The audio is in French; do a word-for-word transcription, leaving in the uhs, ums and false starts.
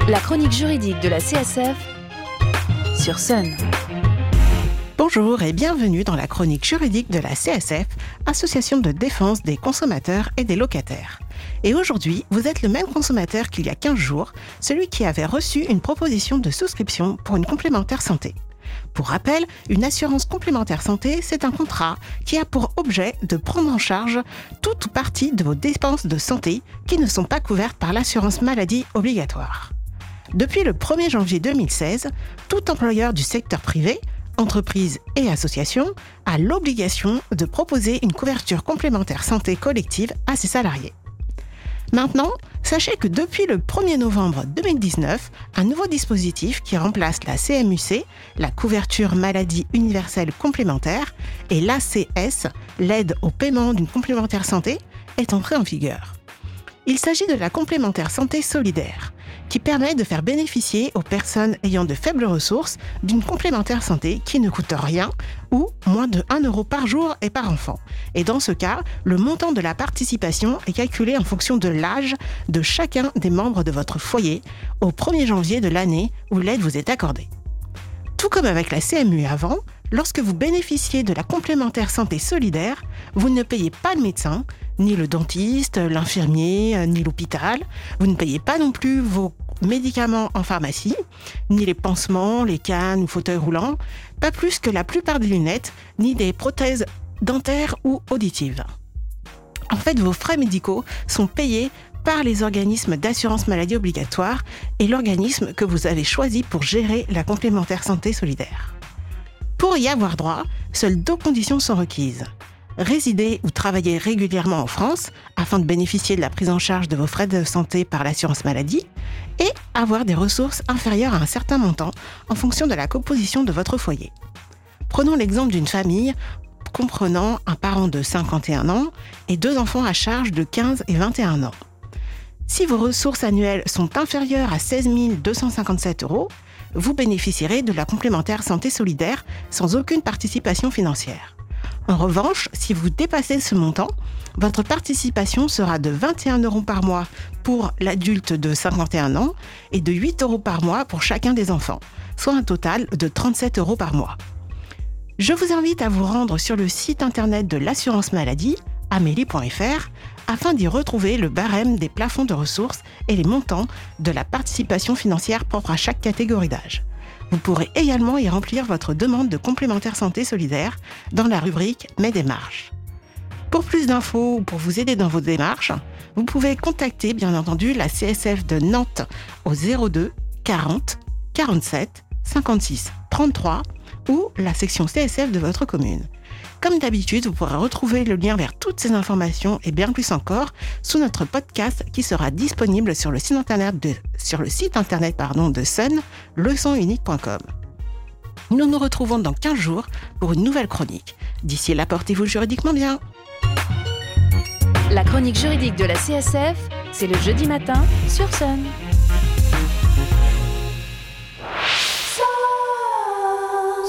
La chronique juridique de la C S F sur Sun. Bonjour et bienvenue dans la chronique juridique de la C S F, Association de défense des consommateurs et des locataires. Et aujourd'hui, vous êtes le même consommateur qu'il y a quinze jours, celui qui avait reçu une proposition de souscription pour une complémentaire santé. Pour rappel, une assurance complémentaire santé, c'est un contrat qui a pour objet de prendre en charge toute ou partie de vos dépenses de santé qui ne sont pas couvertes par l'assurance maladie obligatoire. Depuis le premier janvier deux mille seize, tout employeur du secteur privé, entreprise et association, a l'obligation de proposer une couverture complémentaire santé collective à ses salariés. Maintenant, sachez que depuis le premier novembre deux mille dix-neuf, un nouveau dispositif qui remplace la C M U C, la couverture maladie universelle complémentaire, et l'A C S, l'aide au paiement d'une complémentaire santé, est entré en vigueur. Il s'agit de la complémentaire santé solidaire, qui permet de faire bénéficier aux personnes ayant de faibles ressources d'une complémentaire santé qui ne coûte rien ou moins de un euro par jour et par enfant. Et dans ce cas, le montant de la participation est calculé en fonction de l'âge de chacun des membres de votre foyer au premier janvier de l'année où l'aide vous est accordée. Tout comme avec la C M U avant, lorsque vous bénéficiez de la complémentaire santé solidaire, vous ne payez pas le médecin, ni le dentiste, l'infirmier, ni l'hôpital. Vous ne payez pas non plus vos médicaments en pharmacie, ni les pansements, les cannes ou fauteuils roulants, pas plus que la plupart des lunettes, ni des prothèses dentaires ou auditives. En fait, vos frais médicaux sont payés par les organismes d'assurance maladie obligatoire et l'organisme que vous avez choisi pour gérer la complémentaire santé solidaire. Pour y avoir droit, seules deux conditions sont requises. Résider ou travailler régulièrement en France afin de bénéficier de la prise en charge de vos frais de santé par l'assurance maladie et avoir des ressources inférieures à un certain montant en fonction de la composition de votre foyer. Prenons l'exemple d'une famille comprenant un parent de cinquante et un ans et deux enfants à charge de quinze et vingt et un ans. Si vos ressources annuelles sont inférieures à seize mille deux cent cinquante-sept euros, vous bénéficierez de la complémentaire santé solidaire sans aucune participation financière. En revanche, si vous dépassez ce montant, votre participation sera de vingt et un euros par mois pour l'adulte de cinquante et un ans et de huit euros par mois pour chacun des enfants, soit un total de trente-sept euros par mois. Je vous invite à vous rendre sur le site internet de l'assurance maladie, amélie point f r, afin d'y retrouver le barème des plafonds de ressources et les montants de la participation financière propre à chaque catégorie d'âge. Vous pourrez également y remplir votre demande de complémentaire santé solidaire dans la rubrique « Mes démarches ». Pour plus d'infos ou pour vous aider dans vos démarches, vous pouvez contacter bien entendu la C S F de Nantes au zéro deux quarante quarante-sept cinquante-six trente-trois ou la section C S F de votre commune. Comme d'habitude, vous pourrez retrouver le lien vers toutes ces informations et bien plus encore sous notre podcast qui sera disponible sur le site internet de, sur le site internet, pardon, de Sun, leçon unique point com. Nous nous retrouvons dans quinze jours pour une nouvelle chronique. D'ici là, portez-vous juridiquement bien. La chronique juridique de la C S F, c'est le jeudi matin sur Sun.